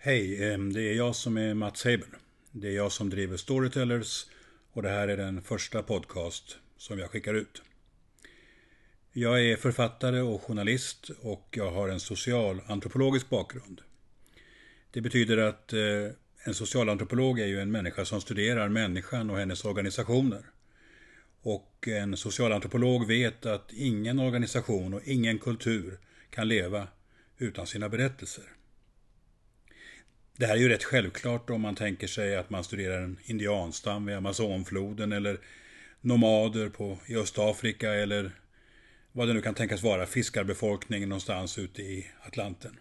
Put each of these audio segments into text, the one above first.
Hej, det är jag som är Mats Heiber. Det är jag som driver Storytellers och det här är den första podcast som jag skickar ut. Jag är författare och journalist och jag har en socialantropologisk bakgrund. Det betyder att en socialantropolog är ju en människa som studerar människan och hennes organisationer. Och en socialantropolog vet att ingen organisation och ingen kultur kan leva utan sina berättelser. Det här är ju rätt självklart om man tänker sig att man studerar en indianstam vid Amazonfloden eller nomader i Östafrika eller vad det nu kan tänkas vara, fiskarbefolkning någonstans ute i Atlanten.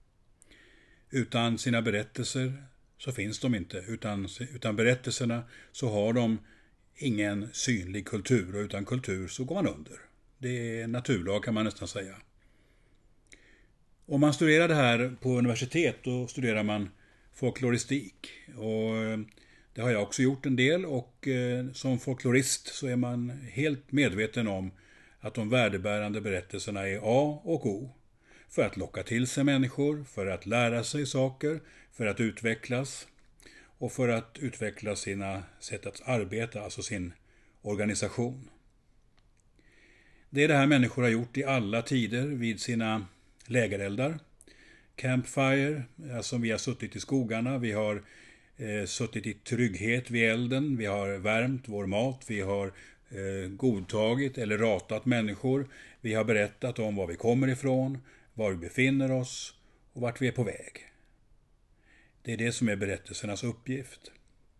Utan sina berättelser så finns de inte. Utan berättelserna så har de ingen synlig kultur och utan kultur så går man under. Det är naturlag kan man nästan säga. Om man studerar det här på universitet då studerar man folkloristik och det har jag också gjort en del och som folklorist så är man helt medveten om att de värdebärande berättelserna är A och O för att locka till sig människor, för att lära sig saker, för att utvecklas och för att utveckla sina sätt att arbeta, alltså sin organisation. Det är det här människor har gjort i alla tider vid sina lägereldar. Campfire, alltså vi har suttit i skogarna, vi har suttit i trygghet vid elden, vi har värmt vår mat, vi har godtagit eller ratat människor, vi har berättat om var vi kommer ifrån, var vi befinner oss och vart vi är på väg. Det är det som är berättelsernas uppgift.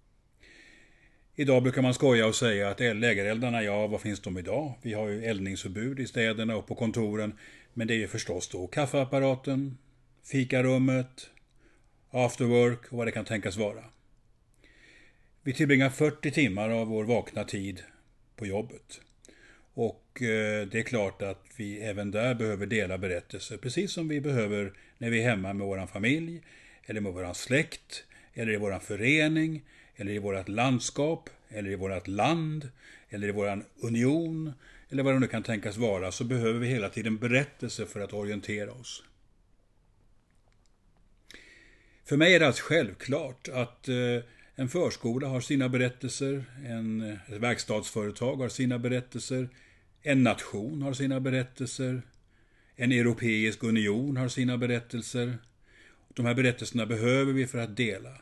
Idag brukar man skoja och säga att lägereldarna, ja vad finns de idag? Vi har ju eldningsförbud i städerna och på kontoren, men det är ju förstås då kaffeapparaten, fikarummet, afterwork och vad det kan tänkas vara. Vi tillbringar 40 timmar av vår vakna tid på jobbet. Och det är klart att vi även där behöver dela berättelser. Precis som vi behöver när vi är hemma med vår familj. Eller med vår släkt. Eller i vår förening. Eller i vårt landskap. Eller i vårt land. Eller i vår union. Eller vad det nu kan tänkas vara. Så behöver vi hela tiden berättelser för att orientera oss. För mig är det alltså självklart att en förskola har sina berättelser, ett verkstadsföretag har sina berättelser, en nation har sina berättelser, en europeisk union har sina berättelser. De här berättelserna behöver vi för att dela.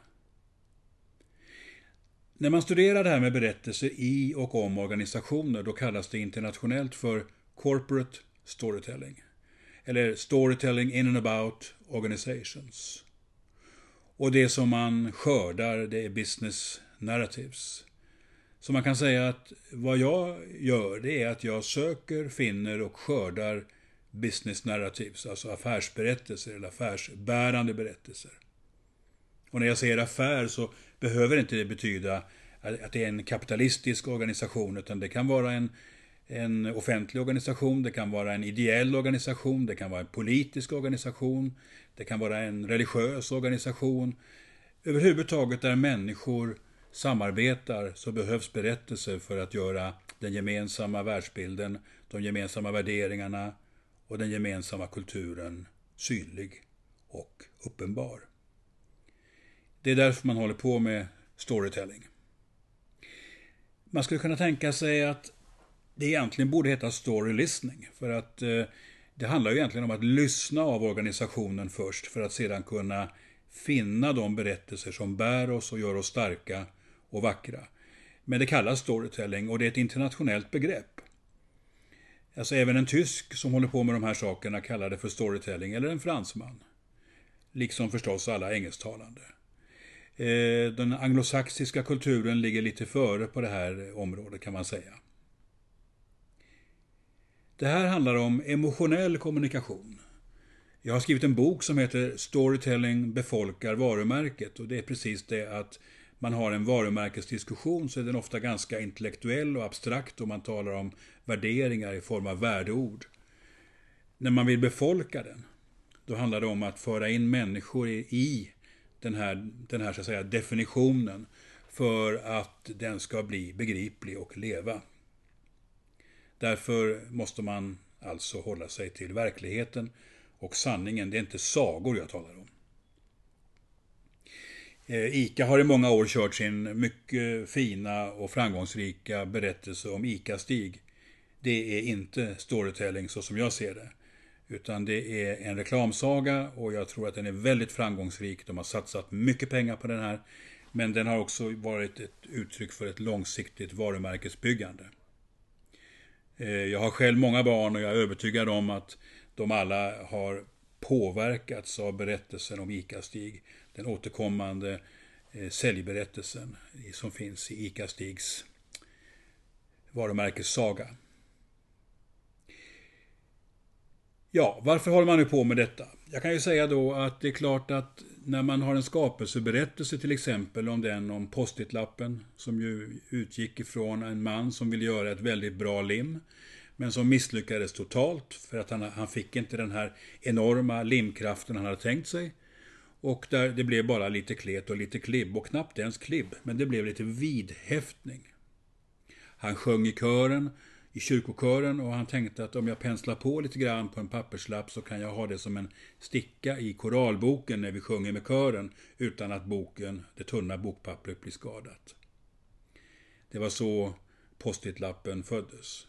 När man studerar det här med berättelser i och om organisationer då kallas det internationellt för corporate storytelling. Eller storytelling in and about organizations. Och det som man skördar det är business narratives. Så man kan säga att vad jag gör det är att jag söker, finner och skördar business narratives. Alltså affärsberättelser eller affärsbärande berättelser. Och när jag säger affär så behöver inte det betyda att det är en kapitalistisk organisation. Utan det kan vara en offentlig organisation, det kan vara en ideell organisation, det kan vara en politisk organisation, det kan vara en religiös organisation. Överhuvudtaget där människor samarbetar så behövs berättelser för att göra den gemensamma världsbilden, de gemensamma värderingarna och den gemensamma kulturen synlig och uppenbar. Det är därför man håller på med storytelling. Man skulle kunna tänka sig att det egentligen borde heta story listening. För att det handlar ju egentligen om att lyssna av organisationen först. För att sedan kunna finna de berättelser som bär oss och gör oss starka och vackra. Men det kallas storytelling och det är ett internationellt begrepp. Alltså även en tysk som håller på med de här sakerna kallar det för storytelling. Eller en fransman. Liksom förstås alla engelsktalande. Den anglosaxiska kulturen ligger lite före på det här området kan man säga. Det här handlar om emotionell kommunikation. Jag har skrivit en bok som heter Storytelling befolkar varumärket. Och det är precis det att man har en varumärkesdiskussion så är den ofta ganska intellektuell och abstrakt och man talar om värderingar i form av värdeord. När man vill befolka den, då handlar det om att föra in människor i den här så att säga, definitionen för att den ska bli begriplig och leva. Därför måste man alltså hålla sig till verkligheten och sanningen. Det är inte sagor jag talar om. ICA har i många år kört sin mycket fina och framgångsrika berättelse om ICA-Stig. Det är inte storytelling så som jag ser det. Utan det är en reklamsaga och jag tror att den är väldigt framgångsrik. De har satsat mycket pengar på den här. Men den har också varit ett uttryck för ett långsiktigt varumärkesbyggande. Jag har själv många barn och jag är övertygad om att de alla har påverkats av berättelsen om ICA-Stig. Den återkommande säljberättelsen som finns i ICA-Stigs varumärkessaga. Ja, varför håller man nu på med detta? Jag kan ju säga då att det är klart att när man har en skapelseberättelse till exempel om den om postitlappen som ju utgick ifrån en man som ville göra ett väldigt bra lim men som misslyckades totalt för att han fick inte den här enorma limkraften han hade tänkt sig. Och där det blev bara lite klet och lite klibb och knappt ens klibb, men det blev lite vidhäftning. Han sjöng i kyrkokören och han tänkte att om jag penslar på lite grann på en papperslapp så kan jag ha det som en sticka i koralboken när vi sjunger med kören utan att det tunna bokpappret blir skadat. Det var så postitlappen föddes.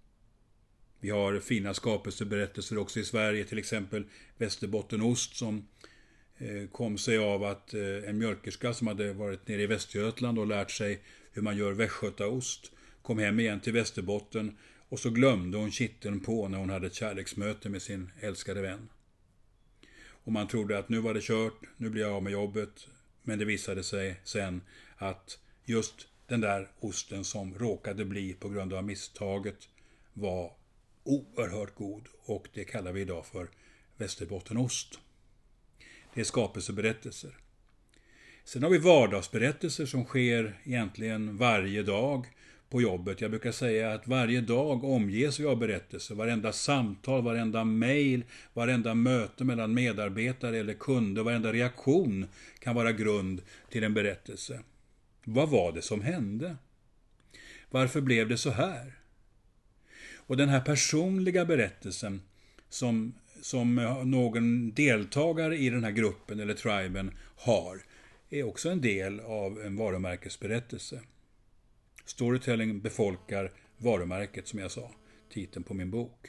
Vi har fina skapelseberättelser också i Sverige, till exempel Västerbottenost som kom sig av att en mjölkerska som hade varit nere i Västergötland och lärt sig hur man gör västgötaost kom hem igen till Västerbotten och så glömde hon kitteln på när hon hade ett kärleksmöte med sin älskade vän. Och man trodde att nu var det kört, nu blir jag av med jobbet. Men det visade sig sen att just den där osten som råkade bli på grund av misstaget var oerhört god och det kallar vi idag för Västerbottenost. Det är skapelseberättelser. Sen har vi vardagsberättelser som sker egentligen varje dag på jobbet. Jag brukar säga att varje dag omges vi av berättelser. Varenda samtal, varenda mejl, varenda möte mellan medarbetare eller kunder, varenda reaktion kan vara grund till en berättelse. Vad var det som hände? Varför blev det så här? Och den här personliga berättelsen som någon deltagare i den här gruppen eller triben har är också en del av en varumärkesberättelse. Storytelling befolkar varumärket som jag sa, titeln på min bok.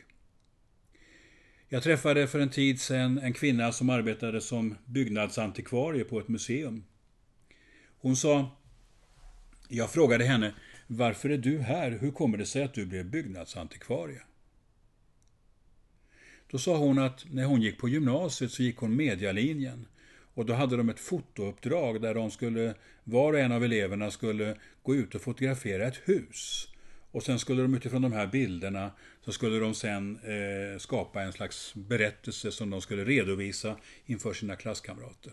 Jag träffade för en tid sedan en kvinna som arbetade som byggnadsantikvarie på ett museum. Hon sa, jag frågade henne, varför är du här? Hur kommer det sig att du blev byggnadsantikvarie? Då sa hon att när hon gick på gymnasiet så gick hon medialinjen. Och då hade de ett fotouppdrag där var och en av eleverna skulle gå ut och fotografera ett hus. Och sen skulle de utifrån de här bilderna så skulle de sen skapa en slags berättelse som de skulle redovisa inför sina klasskamrater.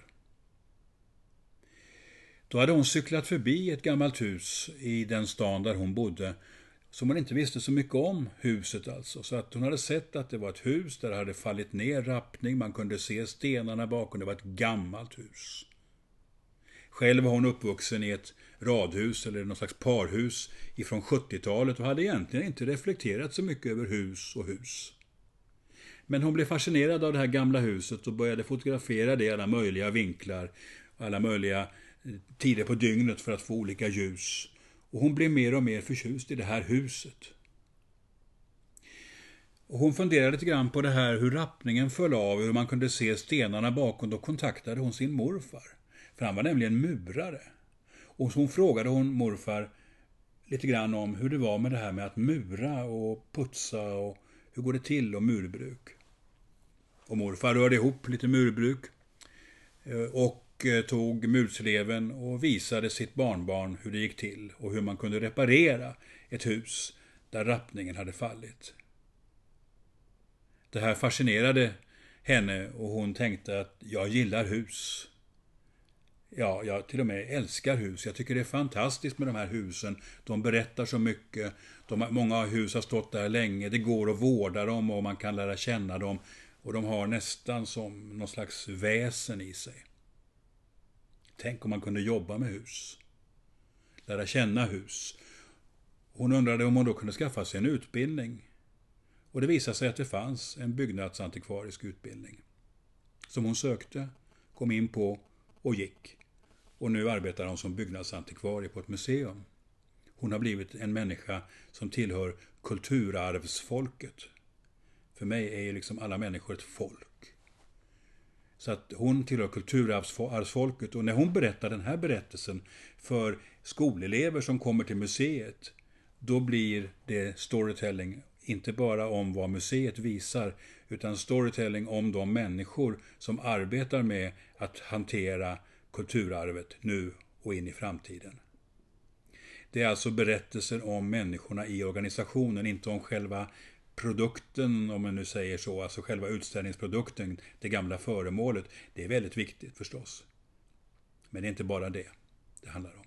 Då hade hon cyklat förbi ett gammalt hus i den stan där hon bodde som hon inte visste så mycket om huset alltså. Så att hon hade sett att det var ett hus där det hade fallit ner rappning. Man kunde se stenarna bakom. Det var ett gammalt hus. Själv var hon uppvuxen i ett radhus eller någon slags parhus ifrån 70-talet och hade egentligen inte reflekterat så mycket över hus och hus. Men hon blev fascinerad av det här gamla huset och började fotografera det i alla möjliga vinklar, alla möjliga tider på dygnet för att få olika ljus. Och hon blev mer och mer förtjust i det här huset. Och hon funderade lite grann på det här hur rappningen föll av, hur man kunde se stenarna bakom. Då kontaktade hon sin morfar. För han var nämligen murare. Och så frågade hon morfar lite grann om hur det var med det här med att mura och putsa och hur går det till och murbruk. Och morfar rörde ihop lite murbruk och tog mursleven och visade sitt barnbarn hur det gick till och hur man kunde reparera ett hus där rappningen hade fallit. Det här fascinerade henne och hon tänkte att jag gillar hus. Ja, jag till och med älskar hus. Jag tycker det är fantastiskt med de här husen. De berättar så mycket. Många hus har stått där länge. Det går att vårda dem och man kan lära känna dem. Och de har nästan som någon slags väsen i sig. Tänk om man kunde jobba med hus. Lära känna hus. Hon undrade om hon då kunde skaffa sig en utbildning. Och det visade sig att det fanns en byggnadsantikvarisk utbildning. Som hon sökte, kom in på och gick. och nu arbetar hon som byggnadsantikvarie på ett museum. Hon har blivit en människa som tillhör kulturarvsfolket. För mig är ju liksom alla människor ett folk. Så att hon tillhör kulturarvsfolket, och när hon berättar den här berättelsen för skolelever som kommer till museet, då blir det storytelling inte bara om vad museet visar, utan storytelling om de människor som arbetar med att hantera kulturarvet nu och in i framtiden. Det är alltså berättelser om människorna i organisationen, inte om själva produkten, om man nu säger så, alltså själva utställningsprodukten, det gamla föremålet. Det är väldigt viktigt förstås. Men det är inte bara det handlar om.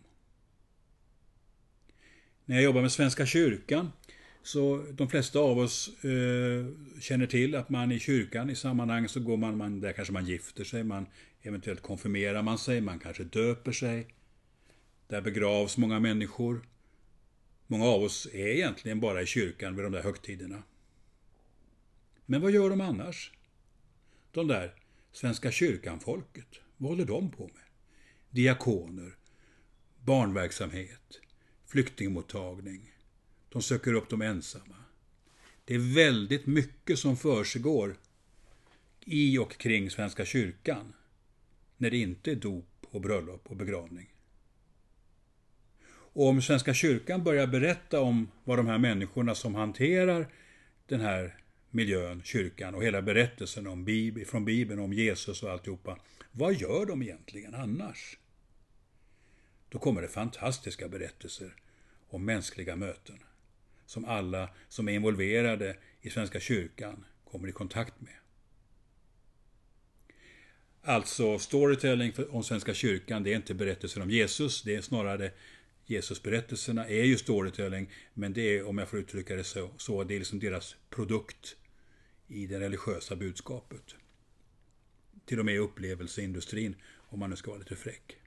När jag jobbar med Svenska kyrkan, så de flesta av oss känner till att man i kyrkan, i sammanhang så går man där kanske man gifter sig, man eventuellt konfirmerar man sig, man kanske döper sig. Där begravs många människor. Många av oss är egentligen bara i kyrkan vid de där högtiderna. Men vad gör de annars? De där Svenska kyrkan-folket, vad håller de på med? Diakoner, barnverksamhet, flyktingmottagning. De söker upp de ensamma. Det är väldigt mycket som försiggår i och kring Svenska kyrkan när det inte är dop och bröllop och begravning. Och om Svenska kyrkan börjar berätta om vad de här människorna som hanterar den här miljön, kyrkan och hela berättelsen om från Bibeln, om Jesus och alltihopa, vad gör de egentligen annars? Då kommer det fantastiska berättelser om mänskliga möten som alla som är involverade i Svenska kyrkan kommer i kontakt med. Alltså storytelling om Svenska kyrkan, det är inte berättelser om Jesus, det är snarare Jesusberättelserna är ju storytelling, men det är, om jag får uttrycka det så det är liksom deras produkt i det religiösa budskapet. Till och med upplevelseindustrin, om man nu ska vara lite fräck.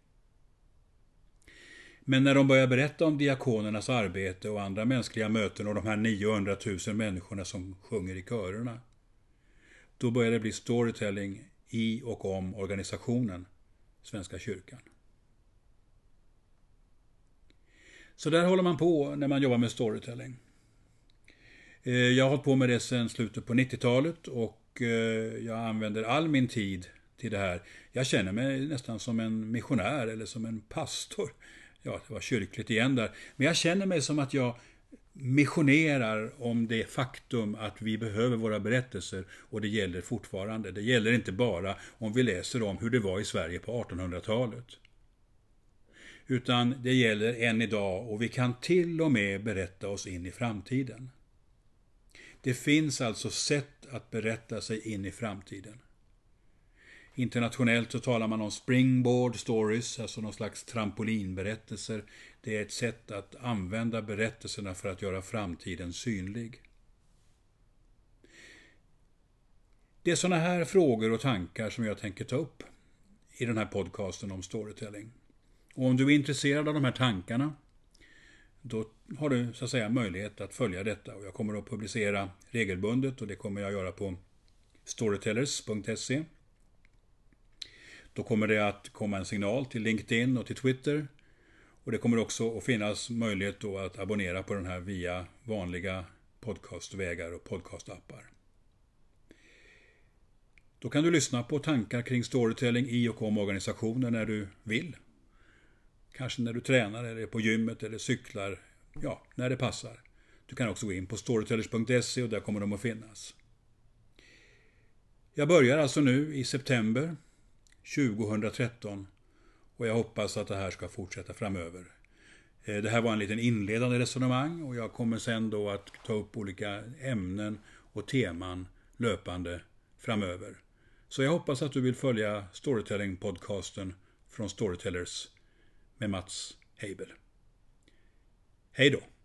Men när de börjar berätta om diakonernas arbete och andra mänskliga möten och de här 900 000 människorna som sjunger i körerna, då börjar det bli storytelling i och om organisationen Svenska kyrkan. Så där håller man på när man jobbar med storytelling. Jag har hållit på med det sedan slutet på 90-talet och jag använder all min tid till det här. Jag känner mig nästan som en missionär eller som en pastor. Ja, det var kyrkligt igen där. Men jag känner mig som att jag missionerar om det faktum att vi behöver våra berättelser, och det gäller fortfarande. Det gäller inte bara om vi läser om hur det var i Sverige på 1800-talet. Utan det gäller än idag, och vi kan till och med berätta oss in i framtiden. Det finns alltså sätt att berätta sig in i framtiden. Internationellt så talar man om springboard stories, alltså någon slags trampolinberättelser. Det är ett sätt att använda berättelserna för att göra framtiden synlig. Det är sådana här frågor och tankar som jag tänker ta upp i den här podcasten om storytelling. Och om du är intresserad av de här tankarna, då har du så att säga möjlighet att följa detta. Och jag kommer att publicera regelbundet, och det kommer jag göra på storytellers.se. Då kommer det att komma en signal till LinkedIn och till Twitter. Och det kommer också att finnas möjlighet då att abonnera på den här via vanliga podcastvägar och podcastappar. Då kan du lyssna på tankar kring storytelling i och om organisationer när du vill. Kanske när du tränar eller på gymmet eller cyklar, ja, när det passar. Du kan också gå in på storytellers.se och där kommer de att finnas. Jag börjar alltså nu i september 2013 och jag hoppas att det här ska fortsätta framöver. Det här var en liten inledande resonemang och jag kommer sen då att ta upp olika ämnen och teman löpande framöver. Så jag hoppas att du vill följa Storytelling-podcasten från Storytellers med Mats Heibel. Hej då!